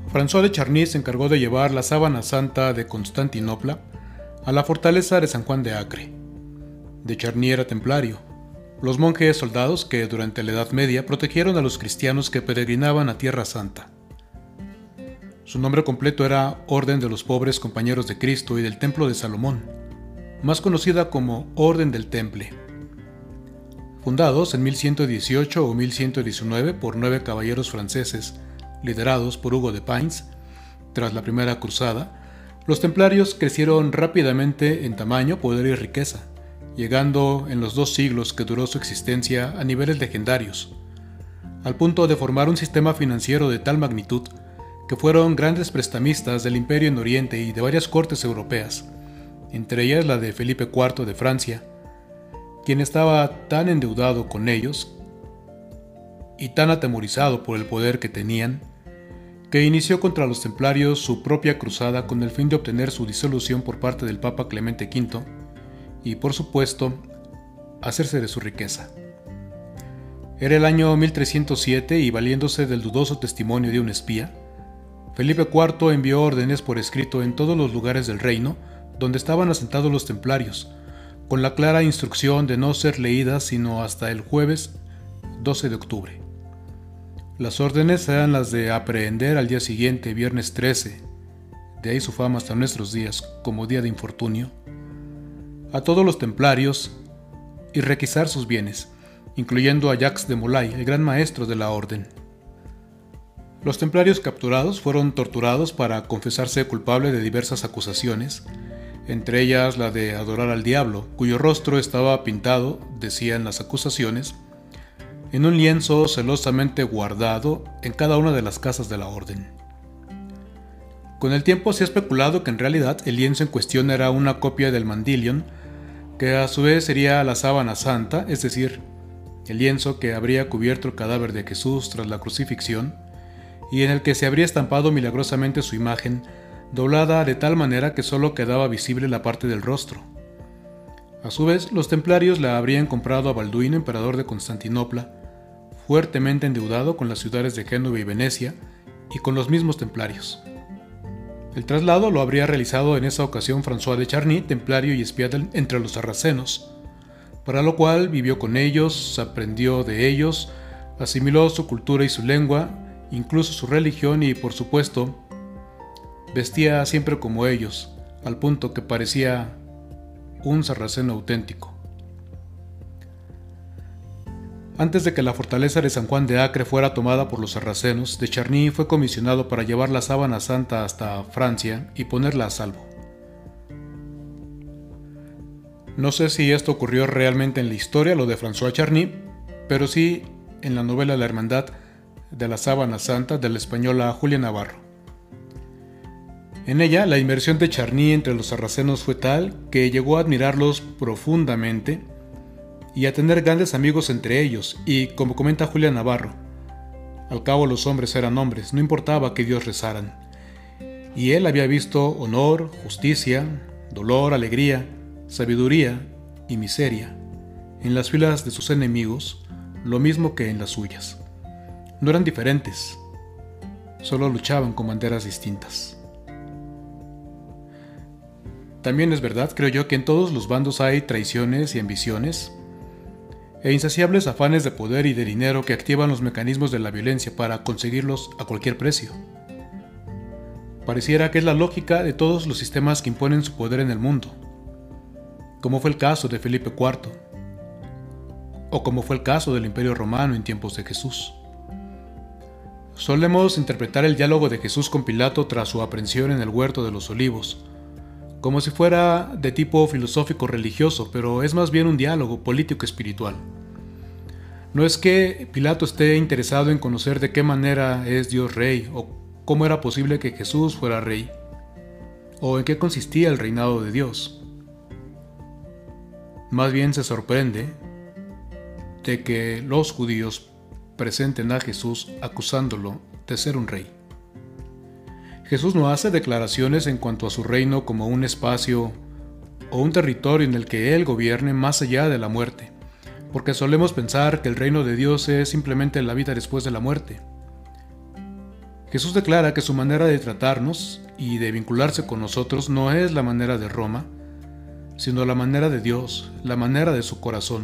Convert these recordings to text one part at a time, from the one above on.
François de Charny se encargó de llevar la sábana santa de Constantinopla a la fortaleza de San Juan de Acre. De Charny era templario, los monjes soldados que durante la Edad Media protegieron a los cristianos que peregrinaban a Tierra Santa. Su nombre completo era Orden de los Pobres Compañeros de Cristo y del Templo de Salomón, más conocida como Orden del Temple. Fundados en 1118 o 1119 por 9 caballeros franceses, liderados por Hugo de Payns, tras la Primera Cruzada, los templarios crecieron rápidamente en tamaño, poder y riqueza, llegando en los 2 siglos que duró su existencia a niveles legendarios, al punto de formar un sistema financiero de tal magnitud que fueron grandes prestamistas del imperio en Oriente y de varias cortes europeas, entre ellas la de Felipe IV de Francia, quien estaba tan endeudado con ellos y tan atemorizado por el poder que tenían, que inició contra los templarios su propia cruzada con el fin de obtener su disolución por parte del Papa Clemente V y, por supuesto, hacerse de su riqueza. Era el año 1307 y, valiéndose del dudoso testimonio de un espía, Felipe IV envió órdenes por escrito en todos los lugares del reino donde estaban asentados los templarios, con la clara instrucción de no ser leídas sino hasta el jueves 12 de octubre. Las órdenes eran las de aprehender al día siguiente, viernes 13, de ahí su fama hasta nuestros días como día de infortunio, a todos los templarios y requisar sus bienes, incluyendo a Jacques de Molay, el gran maestro de la orden. Los templarios capturados fueron torturados para confesarse culpable de diversas acusaciones, entre ellas la de adorar al diablo, cuyo rostro estaba pintado, decían las acusaciones, en un lienzo celosamente guardado en cada una de las casas de la orden. Con el tiempo se ha especulado que en realidad el lienzo en cuestión era una copia del Mandilion, que a su vez sería la sábana santa, es decir, el lienzo que habría cubierto el cadáver de Jesús tras la crucifixión, y en el que se habría estampado milagrosamente su imagen, doblada de tal manera que solo quedaba visible la parte del rostro. A su vez, los templarios la habrían comprado a Balduino, emperador de Constantinopla, fuertemente endeudado con las ciudades de Génova y Venecia, y con los mismos templarios. El traslado lo habría realizado en esa ocasión François de Charny, templario y espía entre los sarracenos, para lo cual vivió con ellos, aprendió de ellos, asimiló su cultura y su lengua, incluso su religión y, por supuesto, vestía siempre como ellos, al punto que parecía un sarraceno auténtico. Antes de que la fortaleza de San Juan de Acre fuera tomada por los sarracenos, de Charny fue comisionado para llevar la sábana santa hasta Francia y ponerla a salvo. No sé si esto ocurrió realmente en la historia, lo de François Charny, pero sí en la novela La Hermandad de la Sábana Santa de la española Julia Navarro. En ella, la inmersión de Charny entre los sarracenos fue tal que llegó a admirarlos profundamente y a tener grandes amigos entre ellos, y como comenta Julia Navarro, al cabo los hombres eran hombres, no importaba que Dios rezaran, y él había visto honor, justicia, dolor, alegría, sabiduría y miseria en las filas de sus enemigos, lo mismo que en las suyas. No eran diferentes, solo luchaban con banderas distintas. También es verdad, creo yo, que en todos los bandos hay traiciones y ambiciones, e insaciables afanes de poder y de dinero que activan los mecanismos de la violencia para conseguirlos a cualquier precio. Pareciera que es la lógica de todos los sistemas que imponen su poder en el mundo, como fue el caso de Felipe IV, o como fue el caso del Imperio Romano en tiempos de Jesús. Solemos interpretar el diálogo de Jesús con Pilato tras su aprehensión en el Huerto de los Olivos, como si fuera de tipo filosófico-religioso, pero es más bien un diálogo político-espiritual. No es que Pilato esté interesado en conocer de qué manera es Dios rey, o cómo era posible que Jesús fuera rey, o en qué consistía el reinado de Dios. Más bien se sorprende de que los judíos presenten a Jesús acusándolo de ser un rey. Jesús no hace declaraciones en cuanto a su reino como un espacio o un territorio en el que Él gobierne más allá de la muerte, porque solemos pensar que el reino de Dios es simplemente la vida después de la muerte. Jesús declara que su manera de tratarnos y de vincularse con nosotros no es la manera de Roma, sino la manera de Dios, la manera de su corazón.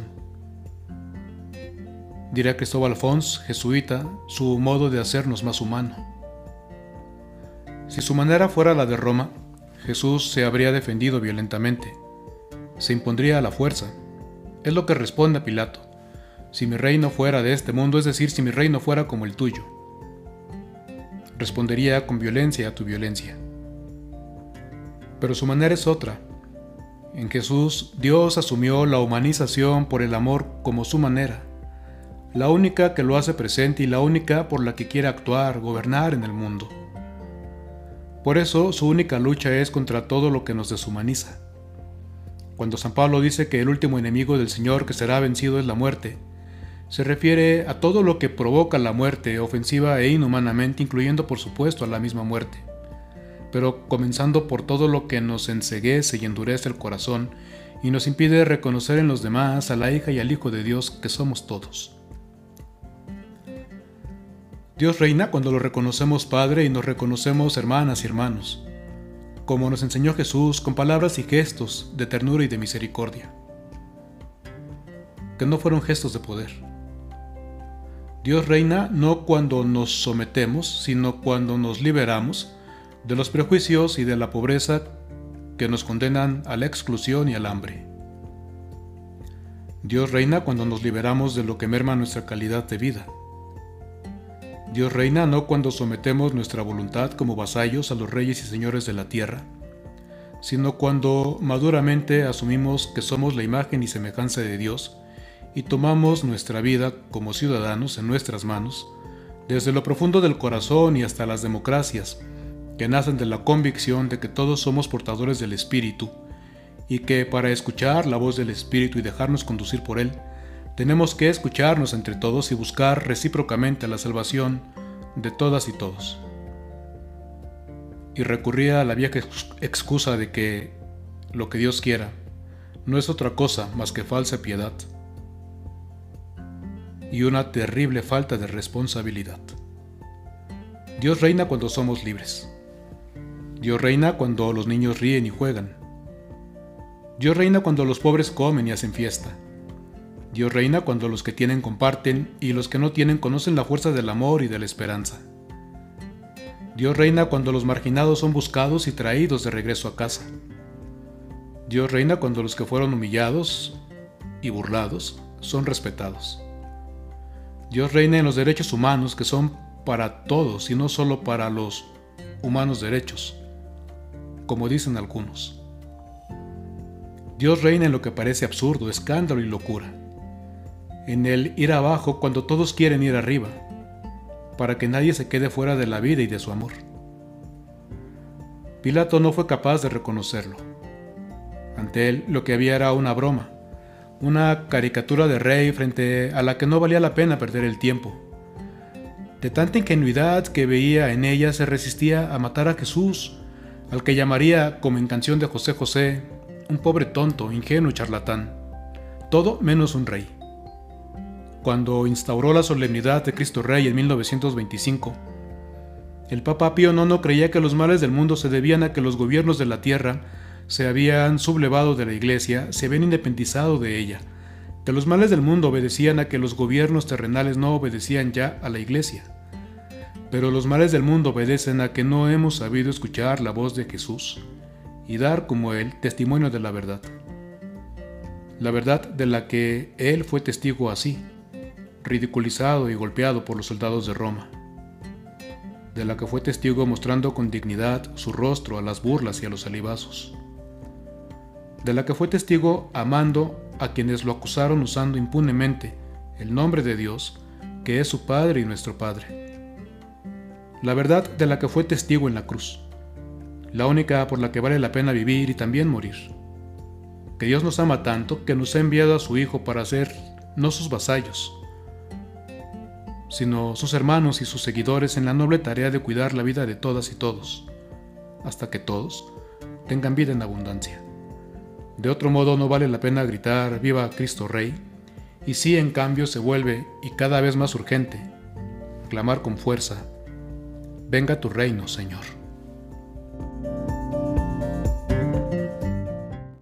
Dirá Cristóbal Fons, jesuita, su modo de hacernos más humano. Si su manera fuera la de Roma, Jesús se habría defendido violentamente, se impondría a la fuerza. Es lo que responde a Pilato: si mi reino fuera de este mundo, es decir, si mi reino fuera como el tuyo. Respondería con violencia a tu violencia. Pero su manera es otra. En Jesús, Dios asumió la humanización por el amor como su manera, la única que lo hace presente y la única por la que quiere actuar, gobernar en el mundo. Por eso, su única lucha es contra todo lo que nos deshumaniza. Cuando San Pablo dice que el último enemigo del Señor que será vencido es la muerte, se refiere a todo lo que provoca la muerte, ofensiva e inhumanamente, incluyendo por supuesto a la misma muerte, pero comenzando por todo lo que nos enceguece y endurece el corazón y nos impide reconocer en los demás a la hija y al hijo de Dios que somos todos. Dios reina cuando lo reconocemos Padre y nos reconocemos hermanas y hermanos, como nos enseñó Jesús con palabras y gestos de ternura y de misericordia, que no fueron gestos de poder. Dios reina no cuando nos sometemos, sino cuando nos liberamos de los prejuicios y de la pobreza que nos condenan a la exclusión y al hambre. Dios reina cuando nos liberamos de lo que merma nuestra calidad de vida. Dios reina no cuando sometemos nuestra voluntad como vasallos a los reyes y señores de la tierra, sino cuando maduramente asumimos que somos la imagen y semejanza de Dios y tomamos nuestra vida como ciudadanos en nuestras manos, desde lo profundo del corazón y hasta las democracias, que nacen de la convicción de que todos somos portadores del Espíritu y que para escuchar la voz del Espíritu y dejarnos conducir por él, tenemos que escucharnos entre todos y buscar recíprocamente la salvación de todas y todos. Y recurría a la vieja excusa de que lo que Dios quiera no es otra cosa más que falsa piedad y una terrible falta de responsabilidad. Dios reina cuando somos libres. Dios reina cuando los niños ríen y juegan. Dios reina cuando los pobres comen y hacen fiesta. Dios reina cuando los que tienen comparten y los que no tienen conocen la fuerza del amor y de la esperanza. Dios reina cuando los marginados son buscados y traídos de regreso a casa. Dios reina cuando los que fueron humillados y burlados son respetados. Dios reina en los derechos humanos que son para todos y no solo para los humanos derechos, como dicen algunos. Dios reina en lo que parece absurdo, escándalo y locura, en el ir abajo cuando todos quieren ir arriba, para que nadie se quede fuera de la vida y de su amor. Pilato no fue capaz de reconocerlo. Ante él lo que había era una broma, una caricatura de rey frente a la que no valía la pena perder el tiempo. De tanta ingenuidad que veía en ella, se resistía a matar a Jesús, al que llamaría, como en Canción de José José, un pobre tonto, ingenuo y charlatán, todo menos un rey. Cuando instauró la solemnidad de Cristo Rey en 1925, el Papa Pío IX creía que los males del mundo se debían a que los gobiernos de la tierra se habían sublevado de la Iglesia, se habían independizado de ella, que los males del mundo obedecían a que los gobiernos terrenales no obedecían ya a la Iglesia. Pero los males del mundo obedecen a que no hemos sabido escuchar la voz de Jesús y dar como Él testimonio de la verdad. La verdad de la que Él fue testigo así, ridiculizado y golpeado por los soldados de Roma. De la que fue testigo mostrando con dignidad su rostro a las burlas y a los salivazos. De la que fue testigo amando a quienes lo acusaron usando impunemente el nombre de Dios, que es su Padre y nuestro Padre. La verdad de la que fue testigo en la cruz, la única por la que vale la pena vivir y también morir. Que Dios nos ama tanto que nos ha enviado a su Hijo para ser no sus vasallos, sino sus hermanos y sus seguidores en la noble tarea de cuidar la vida de todas y todos, hasta que todos tengan vida en abundancia. De otro modo no vale la pena gritar «Viva Cristo Rey», y sí en cambio se vuelve, y cada vez más urgente, clamar con fuerza venga tu reino, Señor.